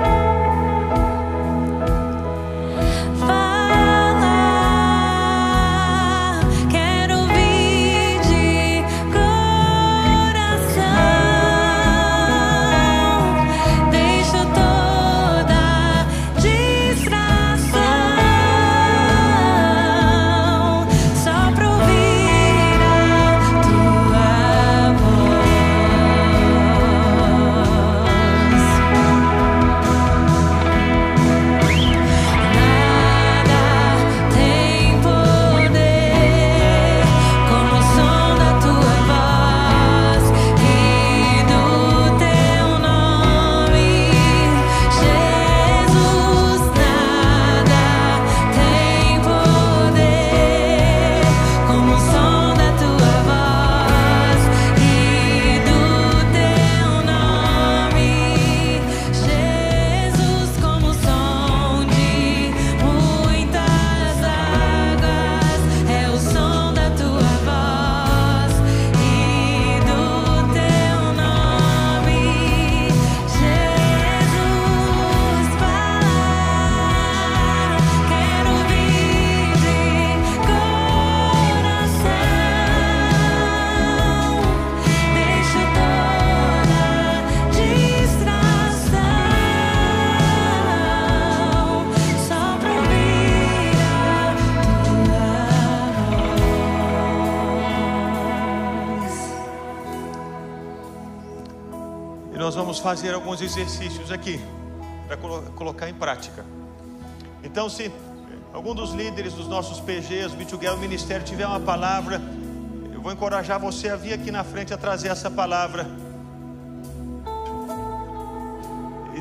nós vamos fazer alguns exercícios aqui para colocar em prática. Então, se algum dos líderes dos nossos PGs, o Ministério, tiver uma palavra, eu vou encorajar você a vir aqui na frente a trazer essa palavra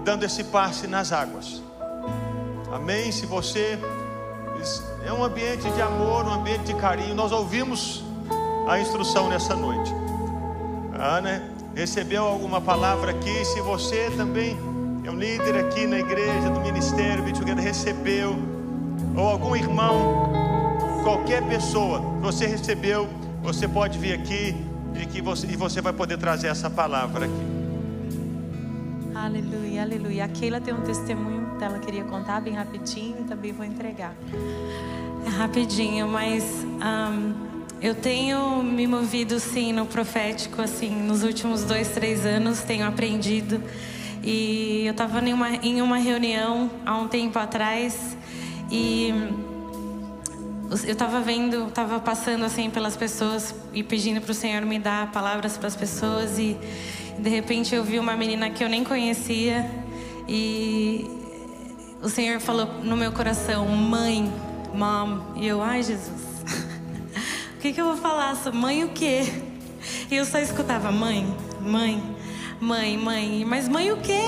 dando esse passe nas águas. Amém? Se você é um ambiente de amor, um ambiente de carinho, nós ouvimos a instrução nessa noite. Recebeu alguma palavra aqui? Se você também é um líder aqui na igreja, do ministério, recebeu, ou algum irmão, qualquer pessoa que você recebeu, você pode vir aqui e você vai poder trazer essa palavra aqui. Aleluia, aleluia. A Keila tem um testemunho que ela queria contar bem rapidinho e também vou entregar. É rapidinho, mas eu tenho me movido sim no profético, assim, nos últimos 2, 3 anos, tenho aprendido. E eu estava em uma reunião há um tempo atrás e eu estava passando assim pelas pessoas e pedindo para o Senhor me dar palavras para as pessoas, e de repente eu vi uma menina que eu nem conhecia e o Senhor falou no meu coração: mãe, mom. E eu, ai Jesus, o que eu vou falar? Mãe o quê? E eu só escutava mãe, mãe, mãe, mãe. Mas mãe o quê?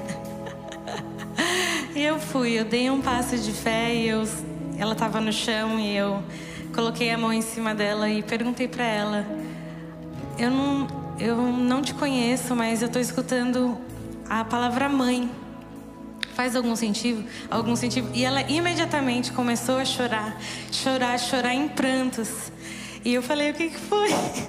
E eu dei um passo de fé e ela estava no chão e eu coloquei a mão em cima dela e perguntei para ela: eu não te conheço, mas eu estou escutando a palavra mãe. Faz algum sentido? Algum sentido? E ela imediatamente começou a chorar em prantos. E eu falei: o que foi?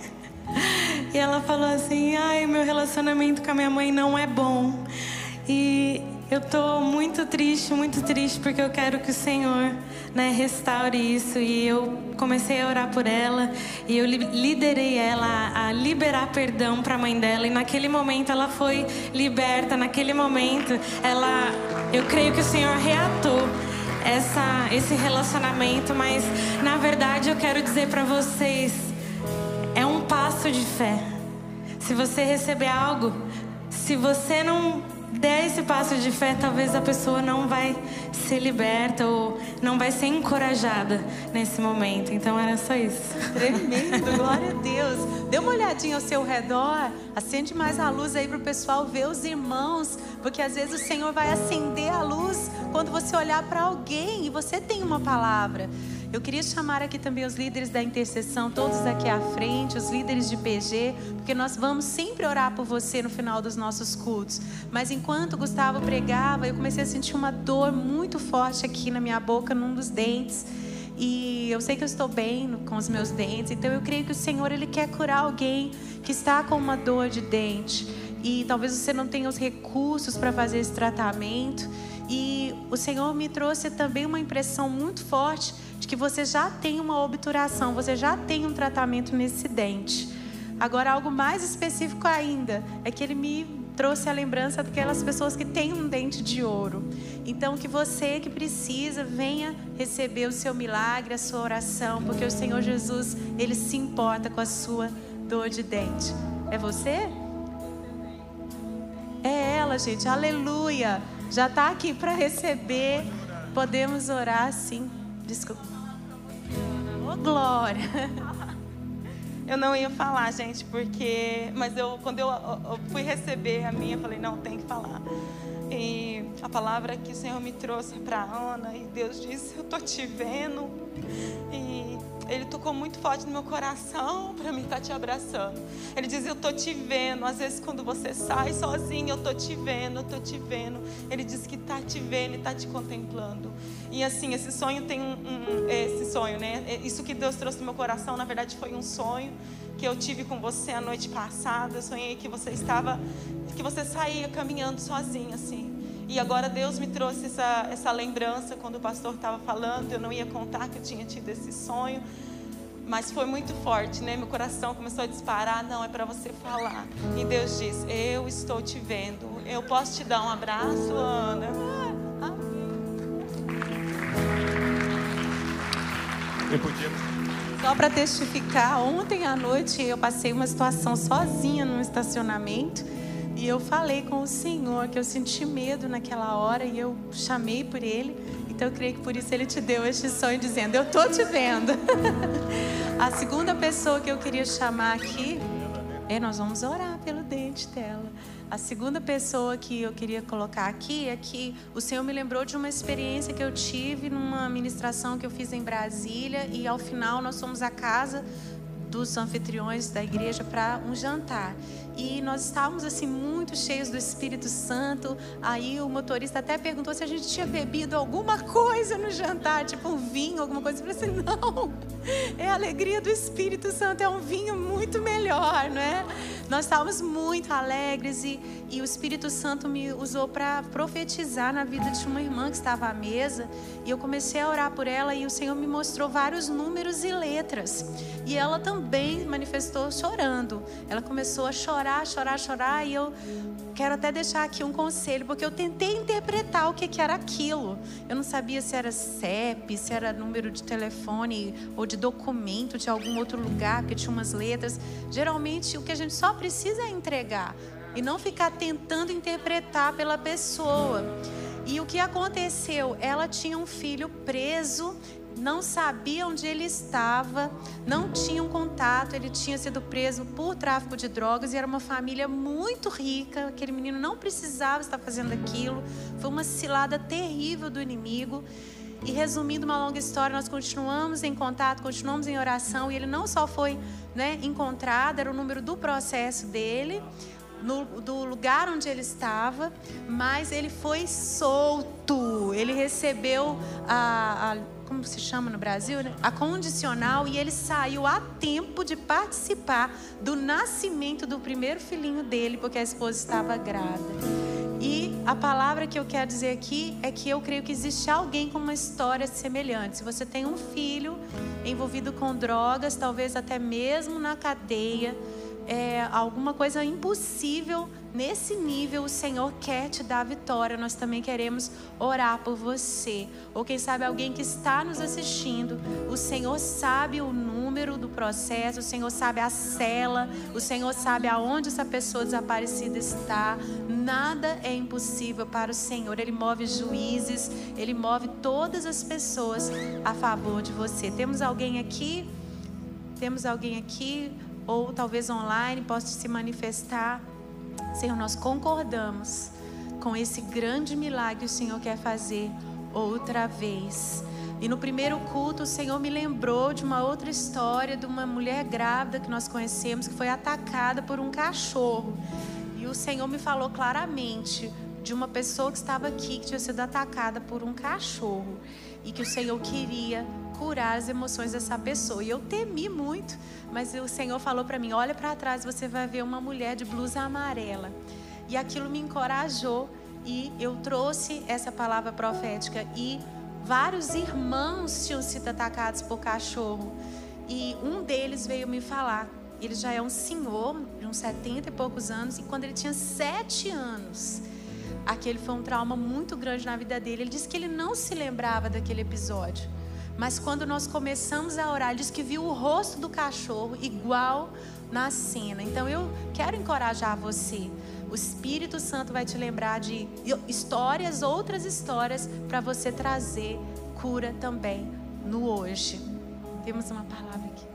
E ela falou assim: ai, meu relacionamento com a minha mãe não é bom. E eu tô muito triste, porque eu quero que o Senhor, restaure isso. E eu comecei a orar por ela e eu liderei ela a liberar perdão para a mãe dela. E naquele momento ela foi liberta. Naquele momento eu creio que o Senhor reatou esse relacionamento. Mas na verdade eu quero dizer para vocês, é um passo de fé. Se você receber algo, se você não der esse passo de fé, talvez a pessoa não vai ser liberta ou não vai ser encorajada nesse momento. Então era só isso. Tremendo, glória a Deus. Dê uma olhadinha ao seu redor, acende mais a luz aí para o pessoal ver os irmãos, porque às vezes o Senhor vai acender a luz quando você olhar para alguém e você tem uma palavra. Eu queria chamar aqui também os líderes da intercessão, todos aqui à frente, os líderes de PG, porque nós vamos sempre orar por você no final dos nossos cultos. Mas enquanto o Gustavo pregava, eu comecei a sentir uma dor muito forte aqui na minha boca, num dos dentes. E eu sei que eu estou bem com os meus dentes, então eu creio que o Senhor, Ele quer curar alguém que está com uma dor de dente. E talvez você não tenha os recursos para fazer esse tratamento. E o Senhor me trouxe também uma impressão muito forte de que você já tem uma obturação, você já tem um tratamento nesse dente. Agora, algo mais específico ainda é que Ele me trouxe a lembrança daquelas pessoas que têm um dente de ouro. Então, que você que precisa, venha receber o seu milagre, a sua oração, porque o Senhor Jesus, Ele se importa com a sua dor de dente. É você? É ela, gente. Aleluia. Já está aqui para receber. Podemos orar, sim. Desculpa. Oh, glória. Eu não ia falar, gente, mas quando eu fui receber a minha, eu falei: não, tem que falar. E a palavra que o Senhor me trouxe para a Ana, e Deus disse: eu tô te vendo. E Ele tocou muito forte no meu coração para mim estar te abraçando. Ele diz: eu tô te vendo. Às vezes quando você sai sozinho, eu tô te vendo, eu tô te vendo. Ele diz que tá te vendo e tá te contemplando. E assim, esse sonho tem esse sonho, né? Isso que Deus trouxe no meu coração, na verdade foi um sonho que eu tive com você a noite passada. Eu sonhei que você saía caminhando sozinho assim. E agora Deus me trouxe essa lembrança quando o pastor estava falando. Eu não ia contar que eu tinha tido esse sonho, mas foi muito forte, né? Meu coração começou a disparar. Não, é para você falar. E Deus diz: eu estou te vendo. Eu posso te dar um abraço, Ana? Só para testificar, ontem à noite eu passei uma situação sozinha no estacionamento. E eu falei com o Senhor que eu senti medo naquela hora e eu chamei por Ele. Então eu creio que por isso Ele te deu este sonho dizendo: eu estou te vendo. A segunda pessoa que eu queria chamar aqui, nós vamos orar pelo dente dela. A segunda pessoa que eu queria colocar aqui é que o Senhor me lembrou de uma experiência que eu tive numa ministração que eu fiz em Brasília, e ao final nós fomos à casa dos anfitriões da igreja para um jantar. E nós estávamos assim muito cheios do Espírito Santo. Aí o motorista até perguntou se a gente tinha bebido alguma coisa no jantar, tipo um vinho, alguma coisa. Eu falei assim, não, é a alegria do Espírito Santo, é um vinho muito melhor, não é? Nós estávamos muito alegres e o Espírito Santo me usou para profetizar na vida de uma irmã que estava à mesa. E eu comecei a orar por ela e o Senhor me mostrou vários números e letras. E ela também manifestou chorando. Ela começou a chorar, e eu quero até deixar aqui um conselho, porque eu tentei interpretar o que era aquilo. Eu não sabia se era CEP, se era número de telefone ou de documento de algum outro lugar, porque tinha umas letras. Geralmente o que a gente só precisa é entregar e não ficar tentando interpretar pela pessoa. E o que aconteceu? Ela tinha um filho preso, não sabia onde ele estava, não tinha um contato, ele tinha sido preso por tráfico de drogas e era uma família muito rica, aquele menino não precisava estar fazendo aquilo, foi uma cilada terrível do inimigo. E resumindo uma longa história, nós continuamos em contato, continuamos em oração, e ele não só foi, encontrado, era o número do processo dele, do lugar onde ele estava, mas ele foi solto, ele recebeu como se chama no Brasil, a condicional, e ele saiu a tempo de participar do nascimento do primeiro filhinho dele, porque a esposa estava grávida. E a palavra que eu quero dizer aqui é que eu creio que existe alguém com uma história semelhante. Se você tem um filho envolvido com drogas, talvez até mesmo na cadeia, alguma coisa impossível nesse nível, o Senhor quer te dar vitória. Nós também queremos orar por você. Ou quem sabe alguém que está nos assistindo, o Senhor sabe o número do processo, o Senhor sabe a cela, o Senhor sabe aonde essa pessoa desaparecida está. Nada é impossível para o Senhor. Ele move juízes, Ele move todas as pessoas a favor de você. Temos alguém aqui? Temos alguém aqui? Ou talvez online, possa se manifestar. Senhor, nós concordamos com esse grande milagre que o Senhor quer fazer outra vez. E no primeiro culto, o Senhor me lembrou de uma outra história de uma mulher grávida que nós conhecemos, que foi atacada por um cachorro. E o Senhor me falou claramente de uma pessoa que estava aqui, que tinha sido atacada por um cachorro, e que o Senhor queria curar as emoções dessa pessoa. E eu temi muito, mas o Senhor falou para mim, olha para trás, você vai ver uma mulher de blusa amarela. E aquilo me encorajou, e eu trouxe essa palavra profética. E vários irmãos tinham sido atacados por cachorro, e um deles veio me falar. Ele já é um senhor de uns 70 e poucos anos, e quando ele tinha 7 anos, aquele foi um trauma muito grande na vida dele. Ele disse que ele não se lembrava daquele episódio, mas quando nós começamos a orar, ele disse que viu o rosto do cachorro igual na cena. Então eu quero encorajar você. O Espírito Santo vai te lembrar de histórias, outras histórias, para você trazer cura também no hoje. Temos uma palavra aqui.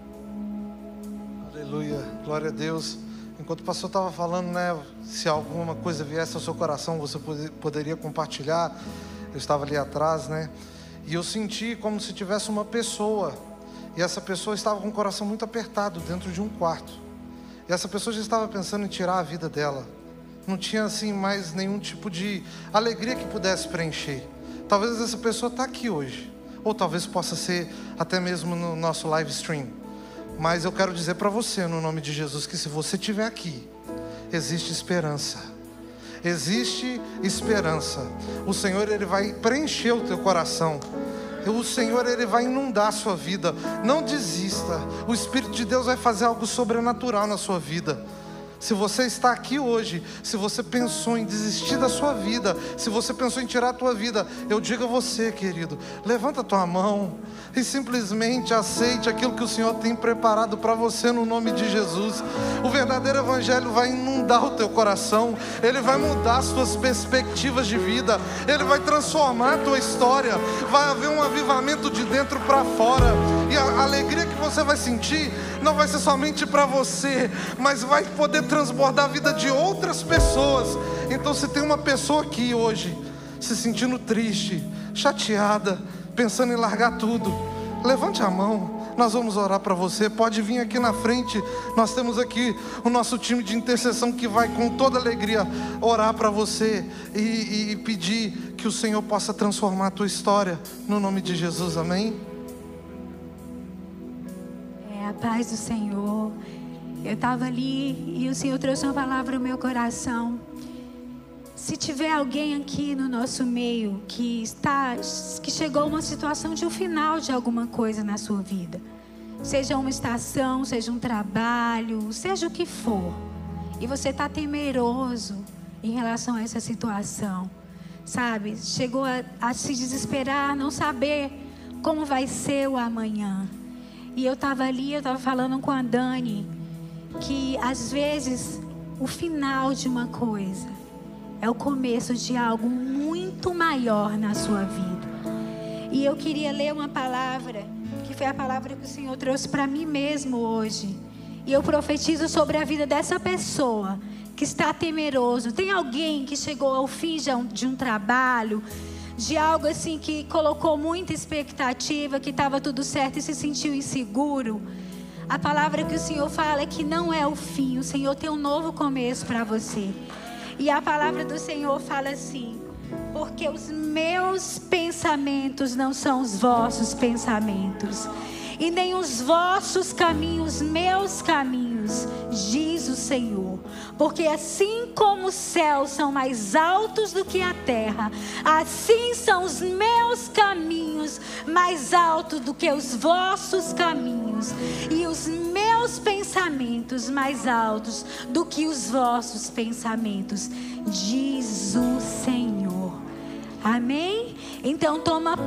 Aleluia, glória a Deus. Enquanto o pastor estava falando, se alguma coisa viesse ao seu coração, você poderia compartilhar. Eu estava ali atrás, e eu senti como se tivesse uma pessoa, e essa pessoa estava com o coração muito apertado dentro de um quarto, e essa pessoa já estava pensando em tirar a vida dela. Não tinha assim mais nenhum tipo de alegria que pudesse preencher. Talvez essa pessoa está aqui hoje, ou talvez possa ser até mesmo no nosso live stream. Mas eu quero dizer para você, no nome de Jesus, que se você estiver aqui, existe esperança. Existe esperança. O Senhor, Ele vai preencher o teu coração. O Senhor, Ele vai inundar a sua vida. Não desista. O Espírito de Deus vai fazer algo sobrenatural na sua vida. Se você está aqui hoje, se você pensou em desistir da sua vida, se você pensou em tirar a tua vida, eu digo a você, querido, levanta a tua mão e simplesmente aceite aquilo que o Senhor tem preparado para você no nome de Jesus. O verdadeiro evangelho vai inundar o teu coração, ele vai mudar as tuas perspectivas de vida, ele vai transformar a tua história, vai haver um avivamento de dentro para fora, e a alegria que você vai sentir não vai ser somente para você, mas vai poder transbordar a vida de outras pessoas. Então, se tem uma pessoa aqui hoje se sentindo triste, chateada, pensando em largar tudo, levante a mão. Nós vamos orar para você. Pode vir aqui na frente. Nós temos aqui o nosso time de intercessão que vai com toda alegria orar para você e pedir que o Senhor possa transformar a tua história, no nome de Jesus, amém? A paz do Senhor. Eu estava ali e o Senhor trouxe uma palavra no meu coração. Se tiver alguém aqui no nosso meio que chegou a uma situação de um final de alguma coisa na sua vida, seja uma estação, seja um trabalho, seja o que for, e você está temeroso em relação a essa situação, sabe? Chegou a se desesperar, não saber como vai ser o amanhã. E eu estava ali, eu estava falando com a Dani, que às vezes o final de uma coisa é o começo de algo muito maior na sua vida. E eu queria ler uma palavra, que foi a palavra que o Senhor trouxe para mim mesmo hoje. E eu profetizo sobre a vida dessa pessoa que está temeroso. Tem alguém que chegou ao fim de um trabalho, de algo assim que colocou muita expectativa, que estava tudo certo e se sentiu inseguro? A palavra que o Senhor fala é que não é o fim. O Senhor tem um novo começo para você. E a palavra do Senhor fala assim: porque os meus pensamentos não são os vossos pensamentos, e nem os vossos caminhos, meus caminhos, diz o Senhor. Porque assim como os céus são mais altos do que a terra, assim são os meus caminhos mais altos do que os vossos caminhos, e os meus pensamentos mais altos do que os vossos pensamentos, diz o Senhor. Amém? Então toma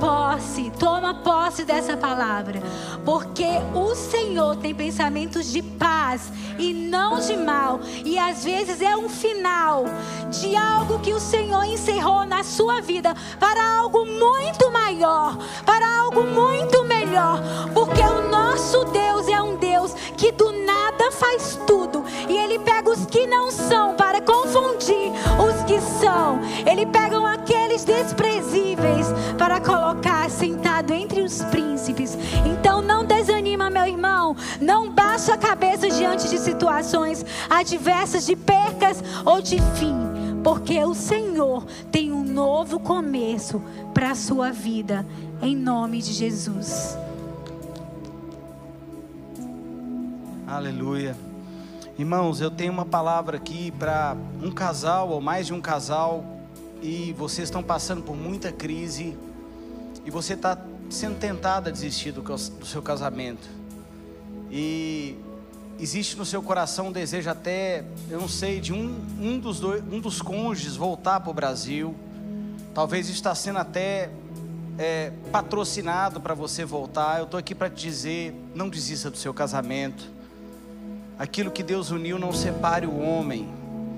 posse dessa palavra, porque o Senhor tem pensamentos de paz e não de mal, e às vezes é um final de algo que o Senhor encerrou na sua vida para algo muito maior, para algo muito melhor, porque o nosso Deus é um Deus que do nada faz tudo, e Ele pega os que não são para confundir os que são. Ele pega aqueles desprezíveis para colocar sentado entre os príncipes. Então não desanima, meu irmão, não baixa a cabeça diante de situações adversas, de percas ou de fim, porque o Senhor tem um novo começo para a sua vida, em nome de Jesus. Aleluia. Irmãos, eu tenho uma palavra aqui para um casal ou mais de um casal, e vocês estão passando por muita crise, e você está sendo tentado a desistir do seu casamento, e existe no seu coração um desejo até, eu não sei, de um dos cônjuges voltar para o Brasil. Talvez está sendo até patrocinado para você voltar. Eu estou aqui para te dizer: não desista do seu casamento. Aquilo que Deus uniu, não separe o homem.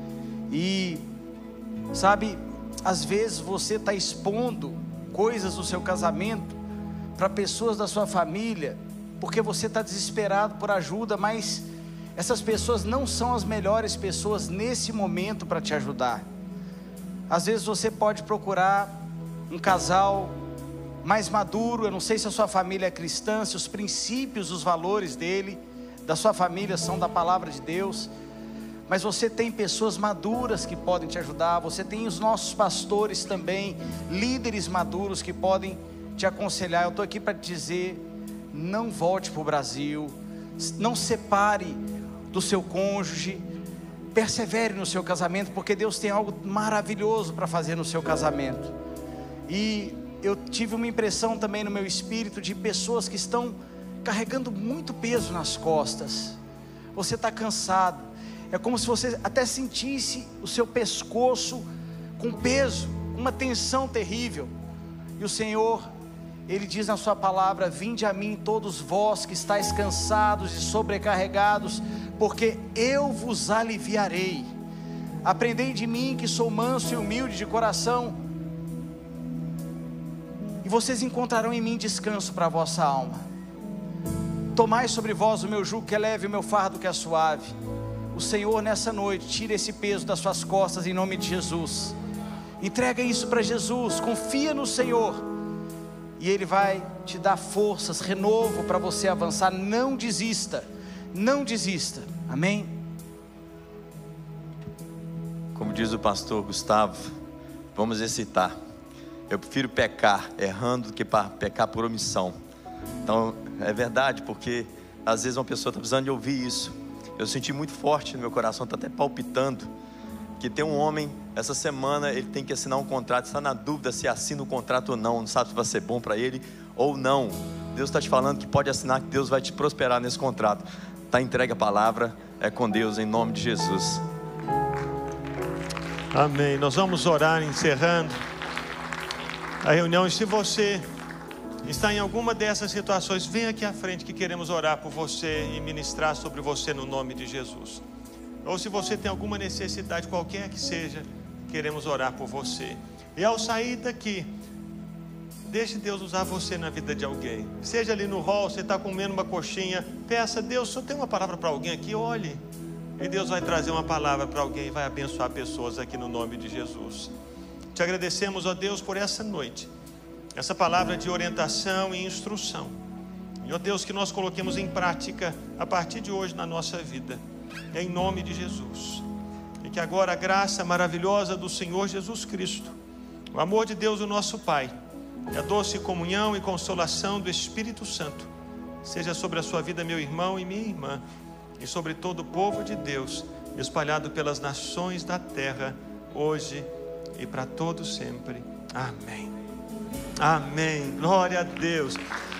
E sabe, às vezes você está expondo coisas do seu casamento para pessoas da sua família, porque você está desesperado por ajuda, mas essas pessoas não são as melhores pessoas nesse momento para te ajudar. Às vezes você pode procurar um casal mais maduro. Eu não sei se a sua família é cristã, se os princípios, os valores da sua família são da palavra de Deus, mas você tem pessoas maduras que podem te ajudar. Você tem os nossos pastores também, líderes maduros que podem te aconselhar. Eu estou aqui para te dizer: não volte para o Brasil, não separe do seu cônjuge, persevere no seu casamento, porque Deus tem algo maravilhoso para fazer no seu casamento. E eu tive uma impressão também no meu espírito de pessoas que estão carregando muito peso nas costas. Você está cansado, é como se você até sentisse o seu pescoço com peso, uma tensão terrível. E o Senhor, Ele diz na sua palavra: vinde a mim todos vós que estáis cansados e sobrecarregados, porque eu vos aliviarei. Aprendei de mim, que sou manso e humilde de coração, e vocês encontrarão em mim descanso para a vossa alma. Tomai sobre vós o meu jugo que é leve e o meu fardo que é suave. O Senhor nessa noite tira esse peso das suas costas em nome de Jesus. Entrega isso para Jesus, confia no Senhor e Ele vai te dar forças, renovo para você avançar. Não desista, não desista, amém? Como diz o pastor Gustavo, vamos exercitar. Eu prefiro pecar errando do que pecar por omissão. Então é verdade, porque às vezes uma pessoa está precisando de ouvir isso. Eu senti muito forte no meu coração, está até palpitando, que tem um homem, essa semana ele tem que assinar um contrato, está na dúvida se assina o contrato ou não sabe se vai ser bom para ele ou não. Deus está te falando que pode assinar, que Deus vai te prosperar nesse contrato. Está entregue a palavra, é com Deus, em nome de Jesus. Amém. Nós vamos orar, encerrando a reunião. E se você está em alguma dessas situações, vem aqui à frente que queremos orar por você e ministrar sobre você no nome de Jesus. Ou se você tem alguma necessidade, qualquer que seja, queremos orar por você. E ao sair daqui, deixe Deus usar você na vida de alguém. Seja ali no hall, você está comendo uma coxinha, peça: Deus, só tem uma palavra para alguém aqui? Olhe, e Deus vai trazer uma palavra para alguém e vai abençoar pessoas aqui no nome de Jesus. Te agradecemos, ó Deus, por essa noite, essa palavra de orientação e instrução. E ó Deus, que nós coloquemos em prática a partir de hoje na nossa vida, em nome de Jesus. E que agora a graça maravilhosa do Senhor Jesus Cristo, o amor de Deus o nosso Pai, e a doce comunhão e consolação do Espírito Santo seja sobre a sua vida, meu irmão e minha irmã, e sobre todo o povo de Deus espalhado pelas nações da terra, hoje e para todo sempre. Amém. Amém. Glória a Deus.